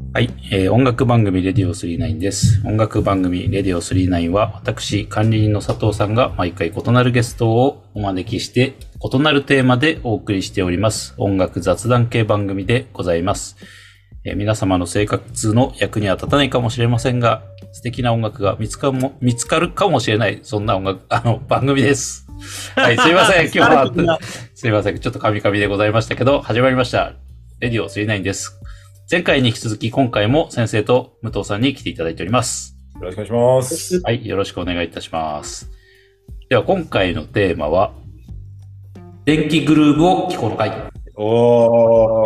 はい、音楽番組レディオ39です。音楽番組レディオ39は私、管理人の佐藤さんが毎回異なるゲストをお招きして異なるテーマでお送りしております音楽雑談系番組でございます。皆様の生活の役には立たないかもしれませんが、素敵な音楽が見つかるかもしれない、そんな番組です。はい、すいません、今日は、すいません、ちょっとカミカミでございましたけど、始まりました。レディオ39です。前回に引き続き今回も先生と武藤さんに来ていただいております。 よろしくお願いします。 はい、よろしくお願いいたします。では今回のテーマは、電気グルーヴを聴こうの会。 おー。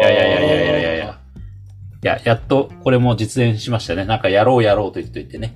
やっとこれも実現しましたね。なんかやろうと言ってね。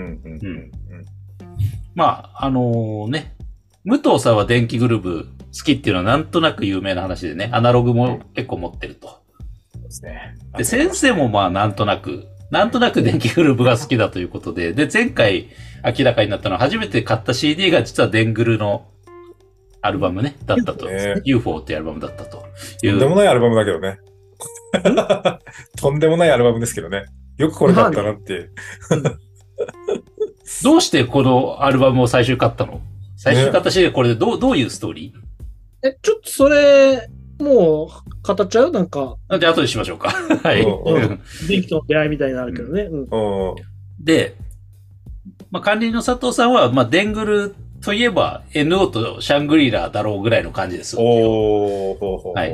まあ、武藤さんは電気グルーヴ好きっていうのはなんとなく有名な話でね、アナログも結構持ってると。 ですね。 で、先生もまあなんとなく電気グルーヴが好きだということで、で、前回明らかになったのは初めて買った CD が実は電グルのアルバムね、だったと。UFO っていうアルバムだったという。 とんでもないアルバムだけどね。とんでもないアルバムですけどね。よくこれ買ったなっていう。 どうしてこのアルバムを最初に買ったの？最初に買った CD はこれでどういうストーリー？ちょっとそれ、もう、語っちゃうなんか。 じゃあ後でしましょうか。はい。 電気との出会いみたいになるけどね。 で、まあ、管理人の佐藤さんは、まあ、デングルといえば NO とシャングリラだろうぐらいの感じです。はい。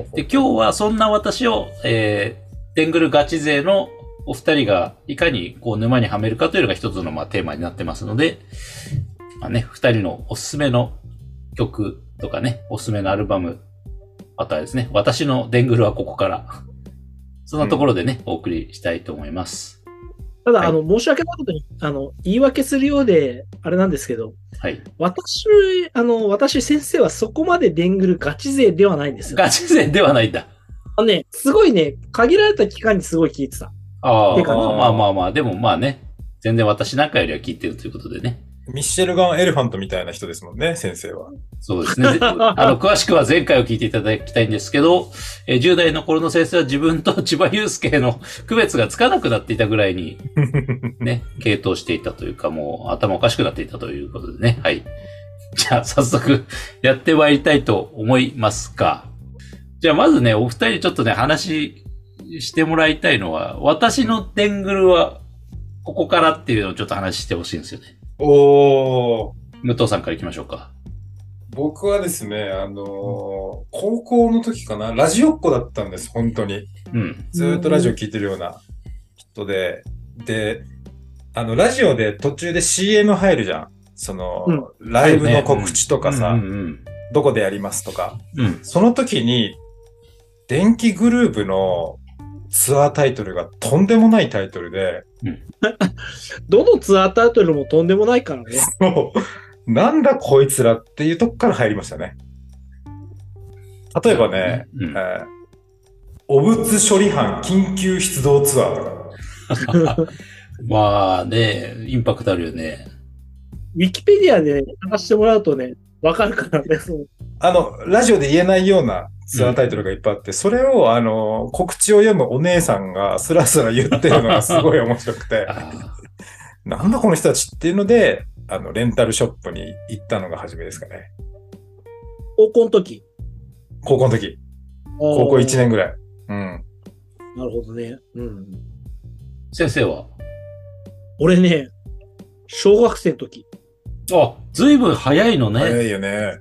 で、今日はそんな私を、デングルガチ勢のお二人がいかにこう沼にはめるかというのが一つのまあテーマになってますので、まあね、二人のおすすめの曲とかね、おすすめのアルバム、あとはですね、私のデングルはここから、そんなところでね、お送りしたいと思います。 ただ、申し訳ないことに、言い訳するようで、あれなんですけど、 はい。 私先生はそこまでデングルガチ勢ではないんですよ。 ガチ勢ではないんだ。 すごいね、限られた期間にすごい聞いてた。 まあ、でもまあね、全然私なんかよりは聞いてるということでね。 ミッシェルガン・エレファントみたいな人ですもんね、先生は。 そうですね。詳しくは前回を聞いていただきたいんですけど、10代の頃の先生は自分と千葉祐介の区別がつかなくなっていたぐらいに、ね、傾倒していたというか、もう頭おかしくなっていたということでね。はい。じゃあ、早速やってまいりたいと思いますが、じゃあまずね、お二人ちょっとね、話してもらいたいのは、私のデングルはここからっていうのをちょっと話してほしいんですよね。 武藤さんから行きましょうか。 僕はですね、高校の時かな、ラジオっ子だったんです、本当に。ずっとラジオ聞いてるような人で、ラジオで途中で CM 入るじゃん。ライブの告知とかさ、どこでやりますとか。その時に、電気グルーヴのツアータイトルがとんでもないタイトルで、 どのツアータイトルもとんでもないからね。 なんだこいつらっていうとこから入りましたね。例えばね、汚物処理班緊急出動ツアーとか。 まあね、インパクトあるよね。 ウィキペディアで探してもらうとね、わかるからね。 ラジオで言えないようなツアータイトルがいっぱいあって、それを告知を読むお姉さんがスラスラ言ってるのがすごい面白くて、なんだこの人たちっていうので、レンタルショップに行ったのが初めですかね。 高校の時。 高校1年ぐらい。 なるほどね。 先生は？ 俺ね、小学生の時。 ずいぶん早いのね。 早いよね。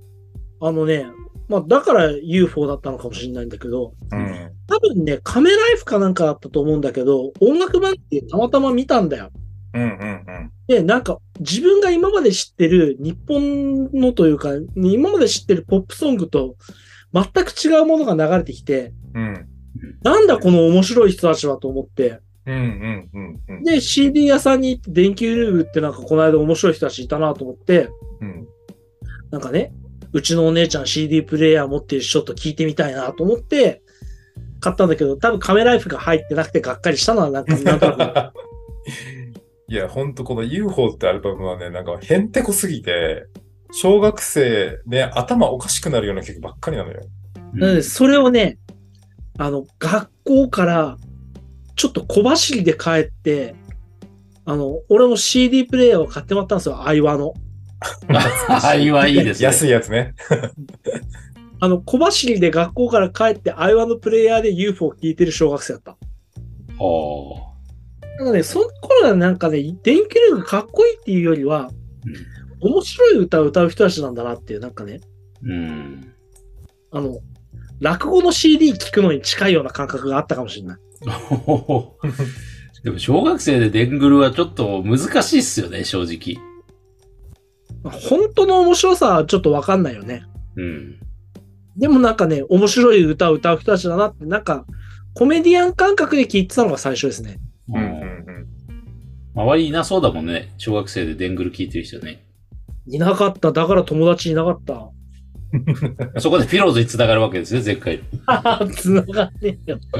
まあ、だから UFO だったのかもしれないんだけど、多分ね、カメライフかなんかだったと思うんだけど、音楽番組でたまたま見たんだよ。で、なんか、自分が今まで知ってる日本のというか、今まで知ってるポップソングと全く違うものが流れてきて、なんだこの面白い人たちはと思って、で、CD 屋さんに行って電気グルーヴってなんかこの間面白い人たちいたなと思って、なんかね、うちのお姉ちゃん CD プレイヤー持ってるしちょっと聞いてみたいなと思って買ったんだけど、多分カメライフが入ってなくてがっかりしたのはなんとなく。 いや、ほんとこの UFO ってアルバムはね、なんかへんてこすぎて、小学生ね、頭おかしくなるような曲ばっかりなのよ。 それをね、学校からちょっと小走りで帰って、俺も CD プレイヤーを買ってもらったんですよ、アイワの。 アイワいいですね。 安いやつね。 小走りで学校から帰って、アイワのプレイヤーで UFO を聴いてる小学生だった。なんかね、その頃はなんかね、電気ルーがかっこいいっていうよりは、面白い歌を歌う人たちなんだなっていう、なんかね。落語の CD 聴くのに近いような感覚があったかもしれない。 でも小学生でデングルはちょっと難しいっすよね、正直。 本当の面白さはちょっとわかんないよね。でもなんかね、面白い歌を歌う人たちだなって、なんか、コメディアン感覚で聴いてたのが最初ですね。 周りいなそうだもんね。小学生でデングル聴いてる人ね。 いなかった。だから友達いなかった。 そこでピローズに繋がるわけですね、前回。 繋がってんよ。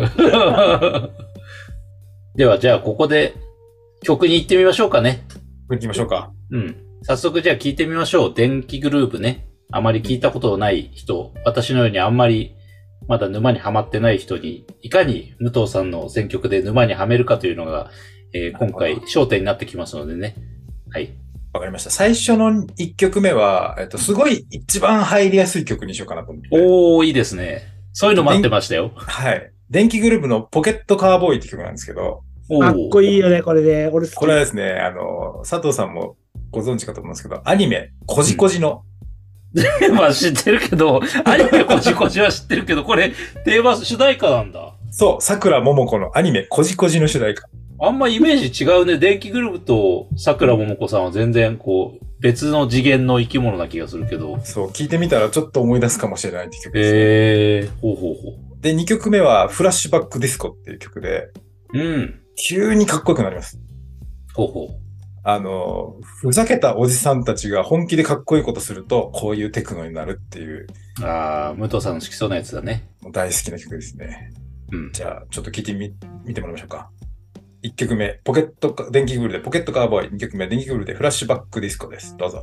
では、じゃあここで曲に行ってみましょうかね。 行きましょうか。 早速じゃあ聞いてみましょう。電気グループね。あまり聞いたことない人、私のようにあんまりまだ沼にはまってない人に、いかに武藤さんの選曲で沼にはめるかというのが、今回焦点になってきますのでね。はい。 わかりました。最初の1曲目は、すごい一番入りやすい曲にしようかなと思って。 おー、いいですね。そういうの待ってましたよ。 はい。電気グループのポケットカーボーイって曲なんですけど。 かっこいいよね、これで。俺好き。 これはですね、佐藤さんもご存知かと思うんですけど、アニメ、こじこじの。 まあ知ってるけど、アニメこじこじは知ってるけど、これ、テーマ主題歌なんだ。 そう、桜ももこのアニメ、こじこじの主題歌。 あんまイメージ違うね。電気グループと桜ももこさんは全然こう、別の次元の生き物な気がするけど。 そう、聞いてみたらちょっと思い出すかもしれないって曲ですね。 ほうほうほう。 で、2曲目はフラッシュバックディスコっていう曲で、急にかっこよくなります。 ほうほう。 ふざけたおじさんたちが本気でかっこいいことすると、こういうテクノになるっていう。 武藤さんの好きそうなやつだね。 大好きな曲ですね。じゃあ、ちょっと聞いてみてもらいましょうか。1曲目、電気グループでポケットカーボーイ。2曲目、電気グループでフラッシュバックディスコです。どうぞ。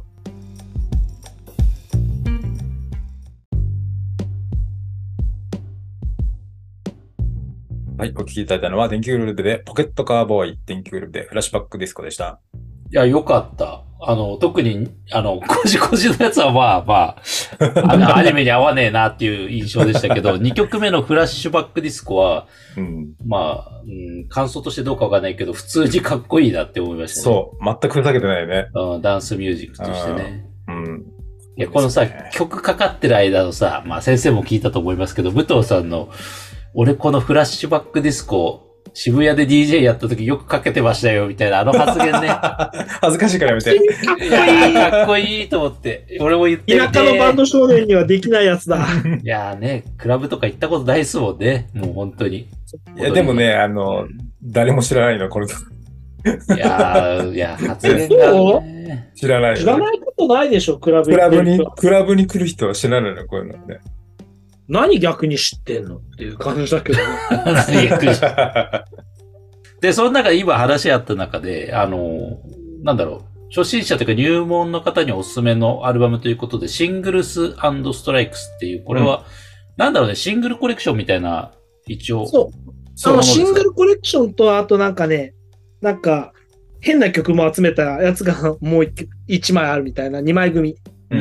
はい、お聴きいただいたのは、電気グループでポケットカーボーイ、電気グループでフラッシュバックディスコでした。 いや、よかった。特に、こじこじのやつはまあ、アニメに合わねえなっていう印象でしたけど、2曲目のフラッシュバックディスコは、まあ、感想としてどうかわかんないけど、普通にかっこいいなって思いましたね。 そう、全くふざけてないよね。 ダンスミュージックとしてね。いや、このさ、曲かかってる間のさ、まあ先生も聞いたと思いますけど、武藤さんの、俺このフラッシュバックディスコ、渋谷で DJ やった時よくかけてましたよ、みたいな発言ね。 恥ずかしいからやめて。 かっこいい。 かっこいいと思って。俺も言ってみて。 田舎のバンド少年にはできないやつだ。 いやーね、クラブとか行ったことないっすもんね。もう本当に。 いや、でもね、誰も知らないの、この曲。 いや、発言が、ね。 知らない。 知らないことないでしょ、クラブに来る人は知らないの、こういうのね。 何逆に知ってんのっていう感じだけどね。 何逆にで、その中で今話し合った中で、なんだろう、初心者というか入門の方におすすめのアルバムということで、シングルス&ストライクスっていう、これは、なんだろうね、シングルコレクションみたいな、一応。 そう。シングルコレクションと、あとなんかね、なんか、変な曲も集めたやつがもう1枚あるみたいな、2枚組。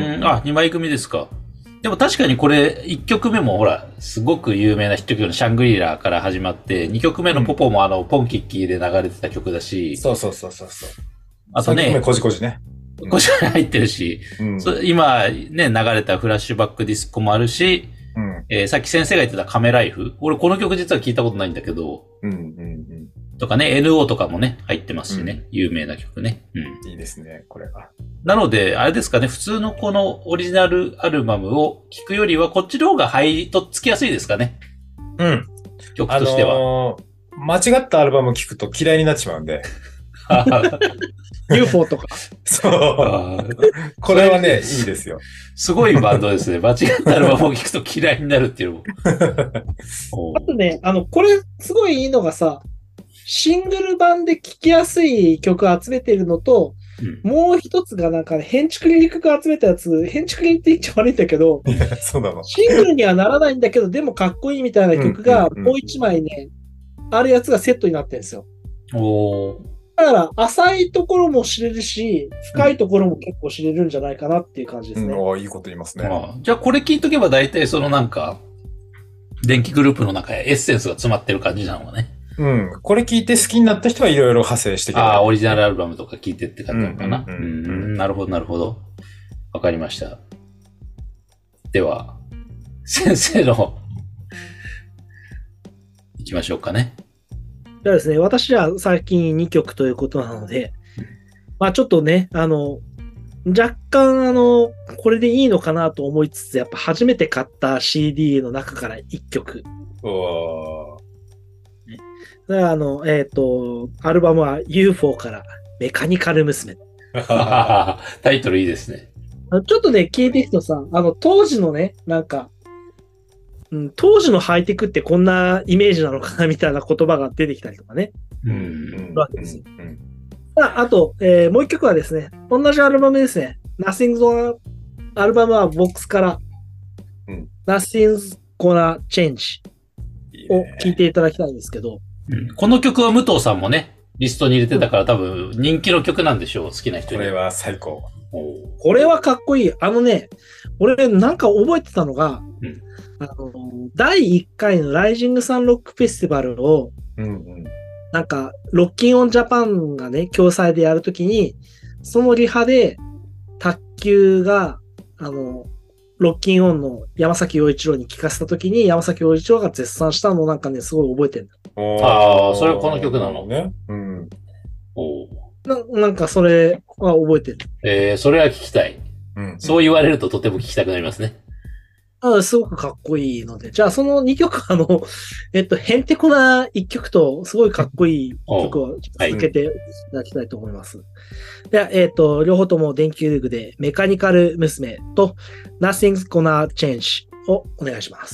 2枚組ですか。でも確かにこれ、1曲目もほら、すごく有名なヒット曲のシャングリラから始まって、2曲目のポポもポンキッキーで流れてた曲だし。 そう。 あとね。 3曲目こじこじね。 こじこじ入ってるし、今ね、流れたフラッシュバックディスコもあるし、さっき先生が言ってたカメライフ。俺この曲実は聞いたことないんだけど。とかね、NO とかもね、入ってますしね。有名な曲ね。 いいですね、これは。 なので、あれですかね、普通のこのオリジナルアルバムを聴くよりは、こっちの方がとっつきやすいですかね。曲としては。 間違ったアルバム聴くと嫌いになっちまうんで。 UFO とか。 そう。これはね、いいですよ。 すごいバンドですね。間違ったアルバムを聴くと嫌いになるっていうのも。 あとね、これすごいいいのがさ、シングル版で聴きやすい曲集めてるのと、もう一つがなんか、ヘンチクリニックが集めたやつ、ヘンチクリニックって言っちゃ悪いんだけど、 そうなの。 シングルにはならないんだけど、でもかっこいいみたいな曲がもう一枚ね、 あるやつがセットになってるんですよ。だから、浅いところも知れるし、深いところも結構知れるんじゃないかなっていう感じですね。 いいこと言いますね。 じゃあこれ聞いとけば大体そのなんか、電気グループの中へエッセンスが詰まってる感じなのかね。 これ聞いて好きになった人はいろいろ派生してきて。 オリジナルアルバムとか聞いてって感じなのかな。なるほど、なるほど。わかりました。では、先生の行きましょうかね。 じゃあですね、私は最近2曲ということなので、まあちょっとね、若干これでいいのかなと思いつつ、やっぱ初めて買った CD の中から1曲。だからアルバムは UFO からメカニカル娘。 タイトルいいですね。 ちょっとね、聞いていくとさ、当時のね、なんか、当時のハイテクってこんなイメージなのかなみたいな言葉が出てきたりとかね。わけですよ。あと、もう一曲はですね、同じアルバムですね。Nothing's Gonna、アルバムはボックスから、Nothing's Gonna Change を聴いていただきたいんですけど。 この曲は武藤さんもね、リストに入れてたから多分人気の曲なんでしょう、好きな人に。 これは最高。 これはかっこいい。俺なんか覚えてたのが、第1回のライジングサンロックフェスティバルを、なんか、ロッキンオンジャパンがね、共催でやるときに、そのリハで、卓球が、ロッキンオンの山崎陽一郎に聞かせたときに、山崎陽一郎が絶賛したのをなんかね、すごい覚えてるんだ。 それはこの曲なのね。 なんかそれは覚えてる。それは聞きたい。そう言われるととても聞きたくなりますね。 すごくかっこいいので。じゃあその2曲へんてこな1曲とすごいかっこいい曲を続けていただきたいと思います。では、両方とも電気グループでメカニカル娘と Nothing's Gonna Change をお願いします。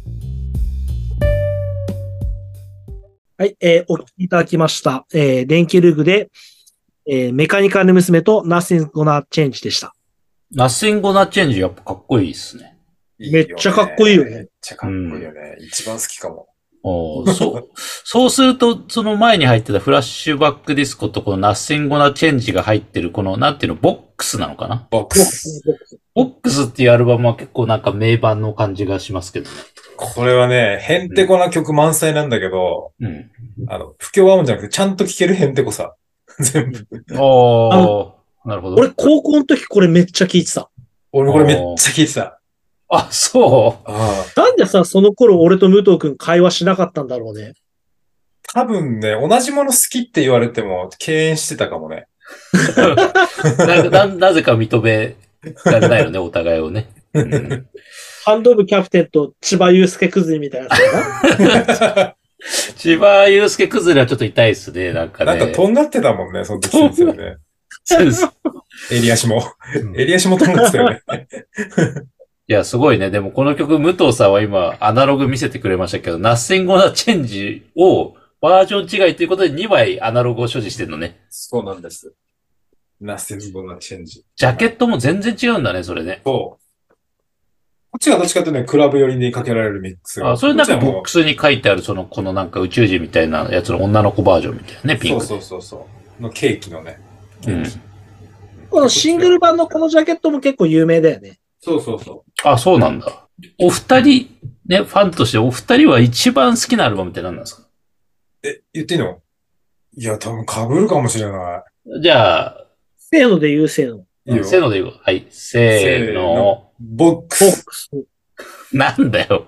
はい、お聴きいただきました。電気ルーグで、メカニカル娘と Nothing's Gonna Change でした。 Nothing's Gonna Change やっぱかっこいいですね。 めっちゃかっこいいよね。 めっちゃかっこいいよね。一番好きかも。 そうすると、その前に入ってたフラッシュバックディスコとこの Nothing's Gonna Change が入ってるこの、なんていうの、ボックスなのかな？ ボックス。 ボックスっていうアルバムは結構なんか名盤の感じがしますけどね。 これはね、へんてこな曲満載なんだけど、不協和音じゃなくてちゃんと聴けるへんてこさ。全部。 なるほど。 俺高校の時これめっちゃ聴いてた。 俺これめっちゃ聴いてた。 そうなんでさ、その頃俺と武藤くん会話しなかったんだろうね。 多分ね、同じもの好きって言われても敬遠してたかもね。 なぜか認められないよね、お互いをね。 ハンド部キャプテンと千葉祐介崩れみたいなやつかな。 千葉祐介崩れはちょっと痛いですね、なんかね。 なんかとんがってたもんね、その時先生ね。 そうです。 襟足もとんがってたよね。 いや、すごいね。でもこの曲、武藤さんは今、アナログ見せてくれましたけど、Nothing's Gonna Changeをバージョン違いということで2枚アナログを所持してるのね。 そうなんです。Nothing's Gonna Change。 ジャケットも全然違うんだね、それね。 そう。こっちがどっちかというとね、クラブ寄りにかけられるミックスが。 それなんかボックスに書いてある、このなんか宇宙人みたいなやつの女の子バージョンみたいなね、ピンク。 そうのケーキのね。 このシングル版のこのジャケットも結構有名だよね。 そう。 そうなんだ。お二人、ね、ファンとしてお二人は一番好きなアルバムって何なんですか？ 言っていいの？いや、多分被るかもしれない。 じゃあ。 せーので言うせーの。 せーので言う。はい。せーの。 ボックス。 なんだよ。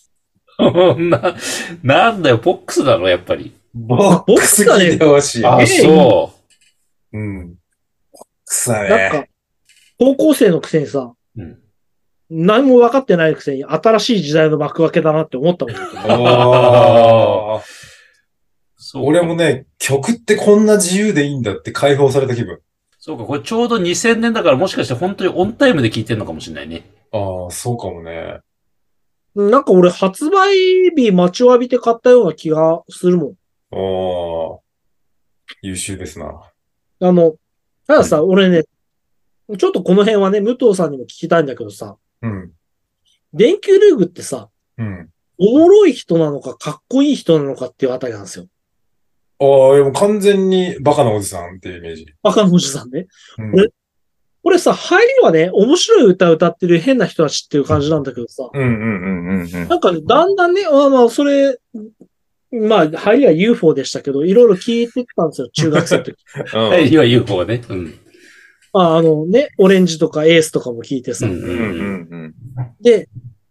なんだよ、ボックスなの、やっぱり。 ボックス聞いてほしい。 そう。 ボックスだね。 なんか、高校生のくせにさ、何も分かってないくせに新しい時代の幕開けだなって思ったもん。 俺もね、曲ってこんな自由でいいんだって解放された気分。 そうか、これちょうど2000年だからもしかして本当にオンタイムで聴いてるのかもしれないね。 そうかもね。 なんか俺発売日待ちわびて買ったような気がするもん。 優秀ですな。 たださ、俺ね、ちょっとこの辺はね、武藤さんにも聞きたいんだけどさ、電球ルーグってさ、 おもろい人なのか、かっこいい人なのかっていうあたりなんですよ。 ああ、もう完全にバカなおじさんっていうイメージ。 バカのおじさんね。 うん、 これさ、入りはね、面白い歌歌ってる変な人たちっていう感じなんだけどさ、 うんうんうんうんうん。 なんかね、だんだんね、それ、まあ、入りは UFO でしたけど、いろいろ聞いてたんですよ、中学生の時。 はい、今 UFO ね。うん。 オレンジとかエースとかも聞いてさ。 うんうんうん。 で、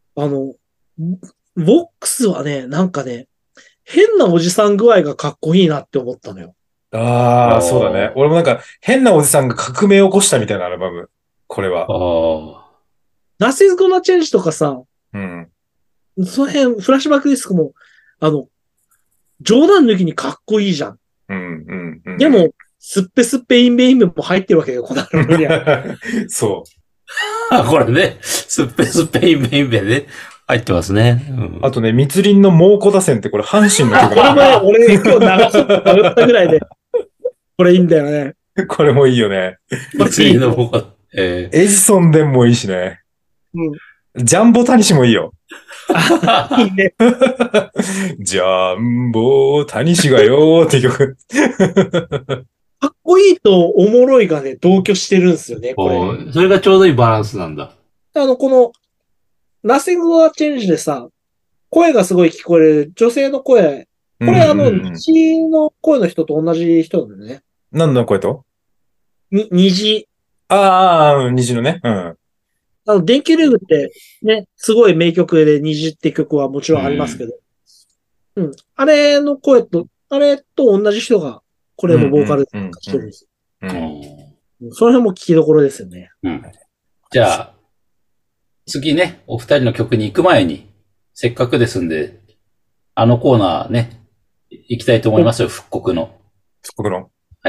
ボックスはね、なんかね、変なおじさん具合がかっこいいなって思ったのよ。 ああ、そうだね。俺もなんか変なおじさんが革命を起こしたみたいなアルバム。これは。 Nothing's Gonna Change とかさ、 うん。 その辺、フラッシュバックディスクも、あの、冗談抜きにかっこいいじゃん。 うんうんうん。 でも、すっぺすっぺインベインベも入ってるわけよ、このアルバムには。 そう。 これね、スッペスペインベインベね、入ってますね。 うん、あとね、密林の猛虎打線ってこれ阪神の曲これもね、俺今日流そうったぐらいで、これいいんだよね。 これもいいよね。 密林の猛虎。エジソンでもいいしね。うん。ジャンボタニシもいいよ。いいね。ジャンボタニシがよーって曲。 かっこいいとおもろいがね、同居してるんですよね、これ。それがちょうどいいバランスなんだ。 この、Nothing Gonna Change でさ、声がすごい聞こえる女性の声。これ虹の声の人と同じ人なんだよね。 何の声と虹。 虹のね。うん。 電気ルームってね、すごい名曲で虹って曲はもちろんありますけど。うん。あれの声と、あれと同じ人が、これもボーカルしてるんです。その辺も聞きどころですよね。 うん。じゃあ、次ね、お二人の曲に行く前に、せっかくですんで、あのコーナーね、行きたいと思いますよ、復刻の。 復刻のはい。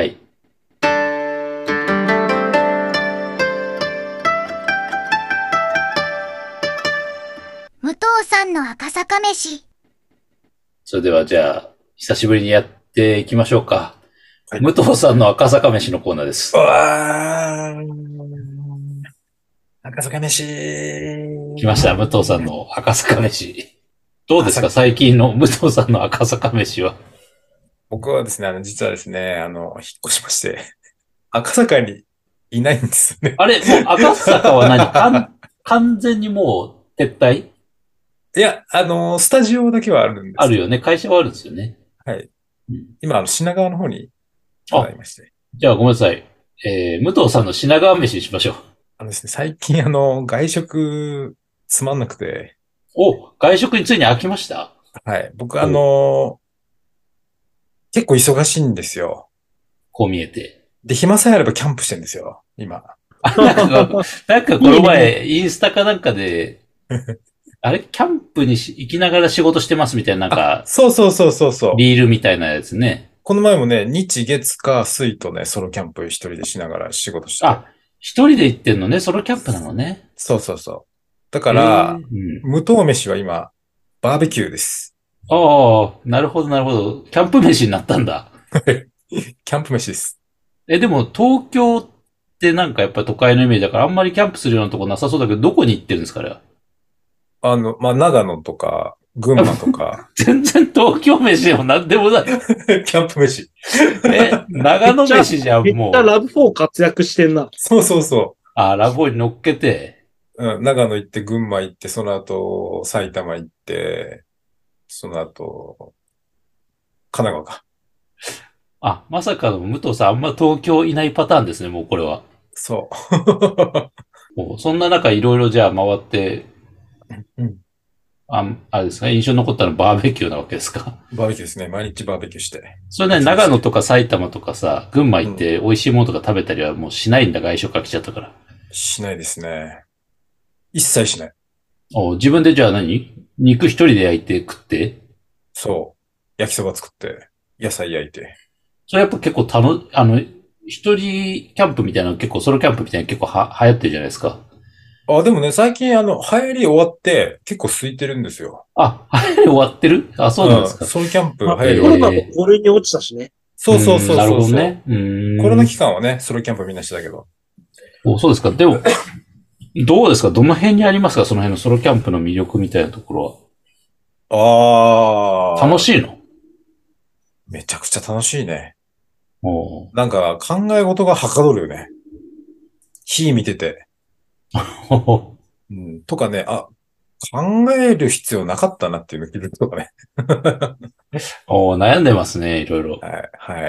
武藤さんの赤坂飯。 それではじゃあ、久しぶりにやっていきましょうか。はい、武藤さんの赤坂飯のコーナーです。 赤坂飯。 来ました、武藤さんの赤坂飯。どうですか、最近の武藤さんの赤坂飯は。 僕はですね、実はですね、引っ越しまして、赤坂にいないんですよね。 あれ、もう赤坂は何完全にもう撤退？ いや、スタジオだけはあるんです。 あるよね。会社はあるんですよね。 はい。うん、今、品川の方にありまして。 じゃあごめんなさい。武藤さんの品川飯にしましょう。 ですね、最近外食つまんなくて。 外食についに飽きました？ はい。僕結構忙しいんですよ。 こう見えて。 で、暇さえあればキャンプしてるんですよ、今。 なんかこの前、インスタかなんかで、あれキャンプに行きながら仕事してますみたいな、なんか。 そう。 リールみたいなやつね。 この前もね、日月火水とね、ソロキャンプ一人でしながら仕事して。 一人で行ってんのね、ソロキャンプなのね。 そう。だから、無糖飯は今、バーベキューです。 なるほど。キャンプ飯になったんだ。 キャンプ飯です。 でも東京ってなんかやっぱり都会のイメージだからあんまりキャンプするようなとこなさそうだけど、どこに行ってるんですかね？ 長野とか、群馬とか。 全然東京飯でもなんでもない。キャンプ飯。 長野飯じゃん、もう。めっちゃラブ4活躍してんな。 そう。 ラブ4に乗っけて。 うん、長野行って、群馬行って、その後、埼玉行って、その後、神奈川か。 まさかの武藤さんあんま東京いないパターンですね、もうこれは。 そう。 もうそんな中いろいろじゃあ回って、あれですか、印象に残ったのはバーベキューなわけですか？ バーベキューですね。毎日バーベキューして。 それね、長野とか埼玉とかさ、群馬行って美味しいものとか食べたりはもうしないんだ、外食が来ちゃったから。 しないですね。一切しない。 自分でじゃあ肉一人で焼いて食って？ そう。焼きそば作って、野菜焼いて。 それやっぱ結構一人キャンプみたいな結構ソロキャンプみたいな結構流行ってるじゃないですか。 でもね、最近流行り終わって結構空いてるんですよ。 流行り終わってる？そうなんですか。 ソロキャンプ流行り終わってる。コロナも5類に落ちたしね。 そう。 なるほどね。 コロナ期間はね、ソロキャンプみんなしてたけど。 そうですか。でも、どうですか？どの辺にありますか？その辺のソロキャンプの魅力みたいなところは。 ああ。 楽しいの？ めちゃくちゃ楽しいね。 おなんか考え事がはかどるよね。火見てて。うん、とかね、考える必要なかったなっていうのを聞いるとかね。 悩んでますね、いろいろ。 はい、はい。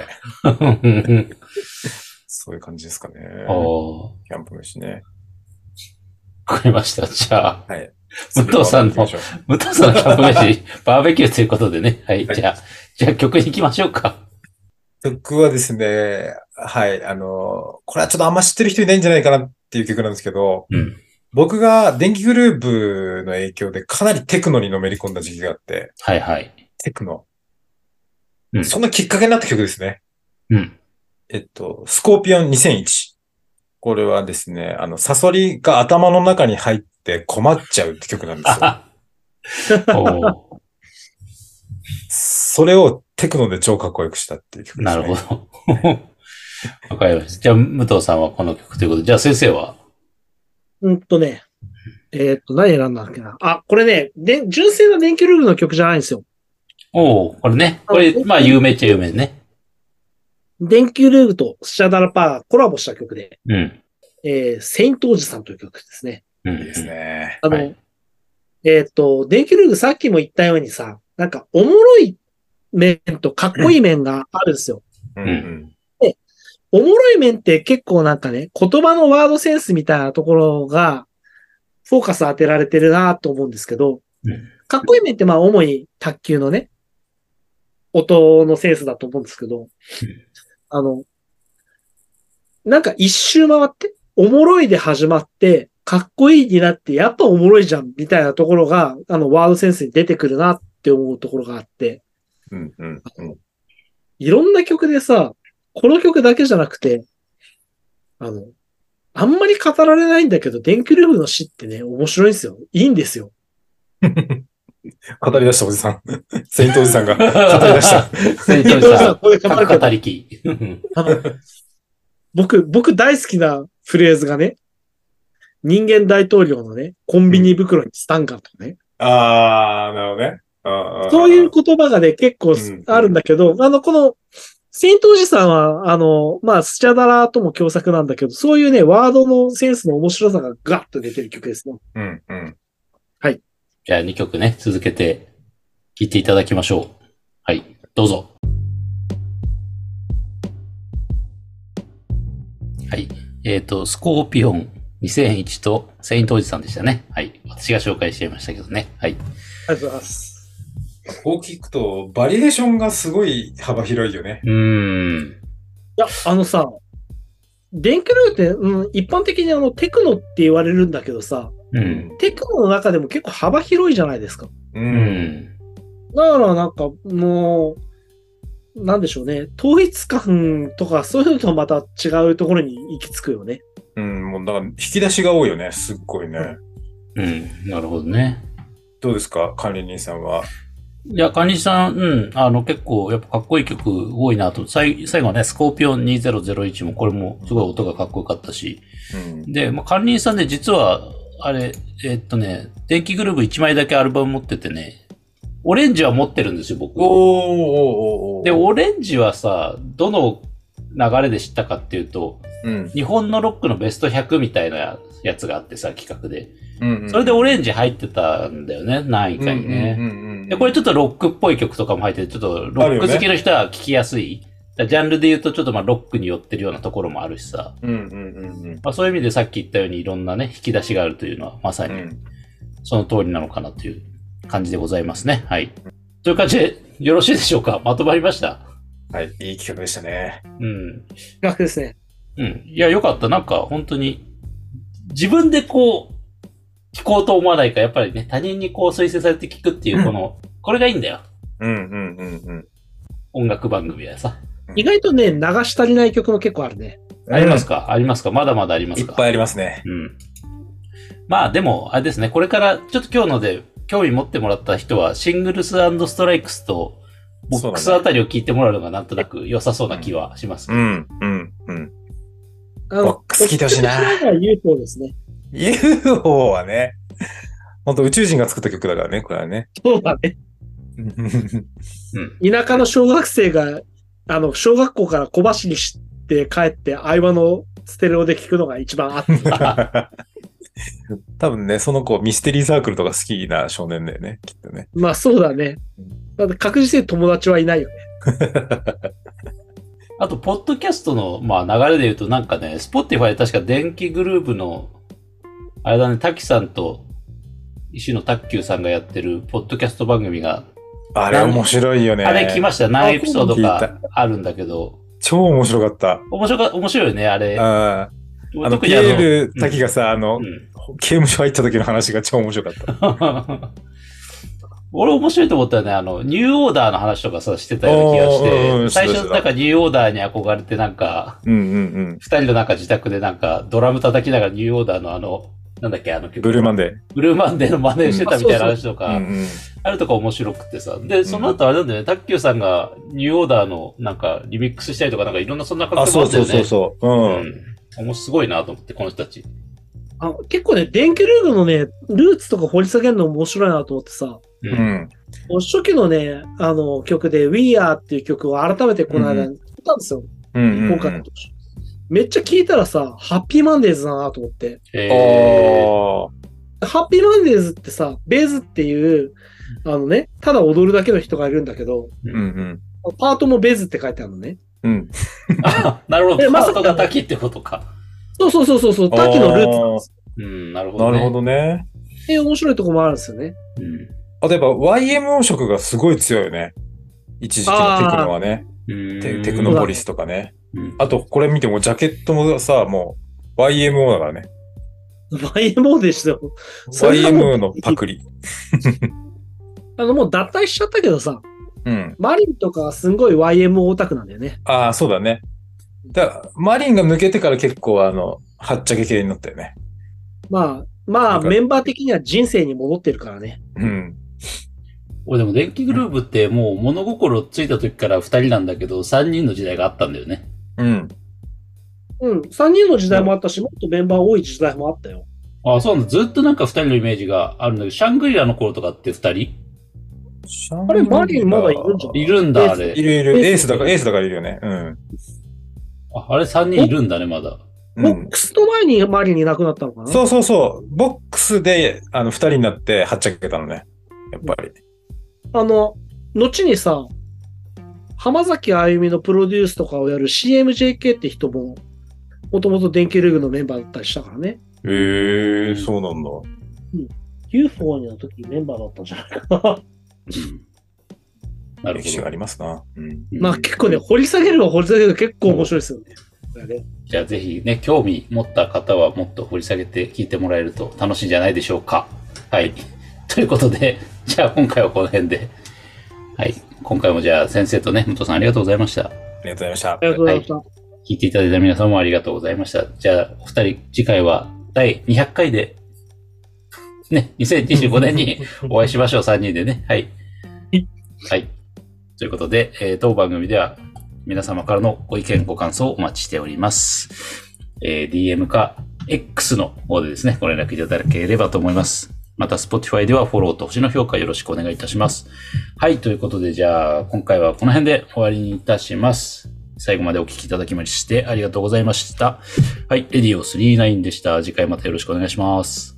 そういう感じですかね。キャンプ飯ね。 わかりました。じゃあ、 はい。 武藤さんのキャンプ飯、バーベキューということでね。はい。はい、じゃあ曲に行きましょうか。 曲はですね、はい、これはちょっとあんま知ってる人いないんじゃないかなっていう曲なんですけど、 うん、 僕が電気グループの影響でかなりテクノにのめり込んだ時期があって、 はいはい。 テクノ。 うん、 そのきっかけになった曲ですね。 うん。 スコーピオン2001。これはですね、サソリが頭の中に入って困っちゃうって曲なんですよ。それをテクノで超かっこよくしたっていう曲ですね。 なるほど。わかりました。じゃあ、武藤さんはこの曲ということで、じゃあ先生は？ 何選んだっけな。これね、純正な電気ルールの曲じゃないんですよ。 これね。これ、まあ、有名っちゃ有名ね。 電気ルールとスチャダラパーがコラボした曲で、 うん。 セイントおじさんという曲ですね。 いいですね。 はい、電気ルールさっきも言ったようにさ、なんかおもろい面とかっこいい面があるんですよ。で、おもろい面って結構なんかね、言葉のワードセンスみたいなところが、フォーカス当てられてるなと思うんですけど、かっこいい面ってまあ主に卓球のね、音のセンスだと思うんですけど、なんか一周回って、おもろいで始まって、かっこいいになって、やっぱおもろいじゃん、みたいなところが、ワードセンスに出てくるなって思うところがあって、いろんな曲でさ、この曲だけじゃなくて、あんまり語られないんだけど、電気ルーフの詩ってね、面白いんですよ。いいんですよ。 語り出したおじさん。セイントおじさんが語り出した。 セイントおじさん、ここで語りき。 僕大好きなフレーズがね、人間大統領のね、コンビニ袋にスタンガンとかね。 なるほどね。 そういう言葉がね、結構あるんだけど、この、セイントおじさんは、まあ、スチャダラとも共作なんだけど、そういうね、ワードのセンスの面白さがガッと出てる曲ですね。はい。 じゃあ2曲ね、続けて聴いていただきましょう。はい、どうぞ。はい。スコーピオン2001とセイントおじさんでしたね。はい。私が紹介しちゃいましたけどね。はい。 ありがとうございます。 こう聞くと、バリエーションがすごい幅広いよね。 いや、さ、電気ルーって、一般的にテクノって言われるんだけどさ、テクノの中でも結構幅広いじゃないですか。だからなんかもう、なんでしょうね。統一感とかそういうのとまた違うところに行き着くよね。 もうだから引き出しが多いよね。すっごいね。 なるほどね。 どうですか、管理人さんは。 いや、管理さん、結構、やっぱかっこいい曲多いなと。最後ね、スコーピオン2001も、これもすごい音がかっこよかったし。で、まあ、管理さんで実は、あれ、電気グループ1枚だけアルバム持っててね、オレンジは持ってるんですよ、僕。で、オレンジはさ、どの流れで知ったかっていうと、日本のロックのベスト100みたいなやつがあってさ、企画で。それでオレンジ入ってたんだよね、何位かにね。で、これちょっとロックっぽい曲とかも入ってて、ちょっとロック好きの人は聴きやすい。ジャンルで言うとちょっとまあロックに寄ってるようなところもあるしさ。まあそういう意味でさっき言ったようにいろんなね、引き出しがあるというのはまさにその通りなのかなという感じでございますね。はい。という感じでよろしいでしょうか？まとまりました？ はい、いい企画でしたね。 企画ですね。 いや、よかった。なんか本当に自分でこう、聞こうと思わないか、やっぱりね、他人にこう推薦されて聞くっていう、これがいいんだよ。音楽番組はさ。 意外とね、流し足りない曲も結構あるね。 ありますか？ありますか？まだまだありますか？ いっぱいありますね。 まあでも、あれですね、これからちょっと今日ので興味持ってもらった人は、シングルス&ストライクスとボックスあたりを聞いてもらうのがなんとなく良さそうな気はしますけど。 ボックス聞いてほしいな。 UFO ですね。 UFO はね、本当宇宙人が作った曲だからね、これはね。 そうだね。 田舎の小学生が、小学校から小走りして帰って、合間のステレオで聞くのが一番熱い。 多分ね、その子、ミステリーサークルとか好きな少年だよね、きっとね。 まあそうだね。だって確実に友達はいないよね。 あと、ポッドキャストの、まあ、流れで言うと、なんかね、Spotify で確か電気グループの、あれだね、滝さんと石野卓球さんがやってるポッドキャスト番組が、 あれ面白いよね。 あれ来ました。何エピソードかあるんだけど。 超面白かった。 面白いよね、あれ。 ピエール滝がさ、刑務所入った時の話が超面白かった。 俺面白いと思ったよね。ニューオーダーの話とかさ、してたような気がして、最初なんかニューオーダーに憧れてなんか、二人のなんか自宅でなんかドラム叩きながらニューオーダーのなんだっけ、曲。 ブルーマンデー。 ブルーマンデーの真似をしてたみたいな話とか、あるとか面白くてさ。で、その後あれなんだよね、タッキューさんがニューオーダーのなんかリミックスしたりとかなんかいろんなそんな感じもあったよね。そう。すごいなと思って、この人たち。 結構ね、電気ルームのね、ルーツとか掘り下げるの面白いなと思ってさ。初期のね、曲で We Are っていう曲を改めてこの間聞いたんですよ。今回の年。めっちゃ聞いたらさ、ハッピーマンデーズだなと思って。ハッピーマンデーズってさ、ベーズっていう、ただ踊るだけの人がいるんだけど、パートもベーズって書いてあるのね。 なるほど。パートが滝ってことか。 そう、滝のルーツなんです。 なるほどね。 なるほどね。 面白いとこもあるんですよね。 例えば YMO 色がすごい強いよね。一時期のテクノはね。テクノポリスとかね。あと、これ見てもジャケットもさ、もう YMO だからね。 YMO でしたよ。 YMO のパクリ。 もう脱退しちゃったけどさ。マリンとかすんごい YMO オタクなんだよね。 ああ、そうだね。だからマリンが抜けてから結構はっちゃけ系になったよね。 まあ、メンバー的には人生に戻ってるからね。 俺でも電気グループってもう物心ついた時から2人なんだけど、3人の時代があったんだよね。 3人の時代もあったし、もっとメンバー多い時代もあったよ。 あ、そうなんだ。ずっとなんか2人のイメージがあるんだけど、シャングリラの頃とかって2人？ あれ、マリンまだいるんじゃん。 いるんだ、あれ。 いる。エースだからいるよね。 あれ3人いるんだね、まだ。 ボックスの前にマリンいなくなったのかな？ そう。ボックスで、2人になってはっちゃけたのね。やっぱり。 後にさ、浜崎あゆみのプロデュースとかをやる CMJK って人も、もともと電気ルーグのメンバーだったりしたからね。 そうなんだ。 UFO の時メンバーだったんじゃないかな。 なるほど。 歴史がありますな。 まあ結構ね、掘り下げると結構面白いですよね。 じゃあぜひね、興味持った方はもっと掘り下げて聞いてもらえると楽しいんじゃないでしょうか。はい。ということで、じゃあ今回はこの辺で。はい。今回もじゃあ先生とね、武藤さんありがとうございました。 ありがとうございました。 ありがとうございました。 聞いていただいた皆さんもありがとうございました。じゃあ、お二人、次回は第200回で、ね、2025年にお会いしましょう、3人でね。はい。はい。ということで、当番組では皆様からのご意見、ご感想をお待ちしております。DM か X の方でですね、ご連絡いただければと思います。また、Spotify ではフォローと星の評価よろしくお願いいたします。はい。ということで、じゃあ、今回はこの辺で終わりにいたします。最後までお聞きいただきましてありがとうございました。はい。レディオ39でした。次回またよろしくお願いします。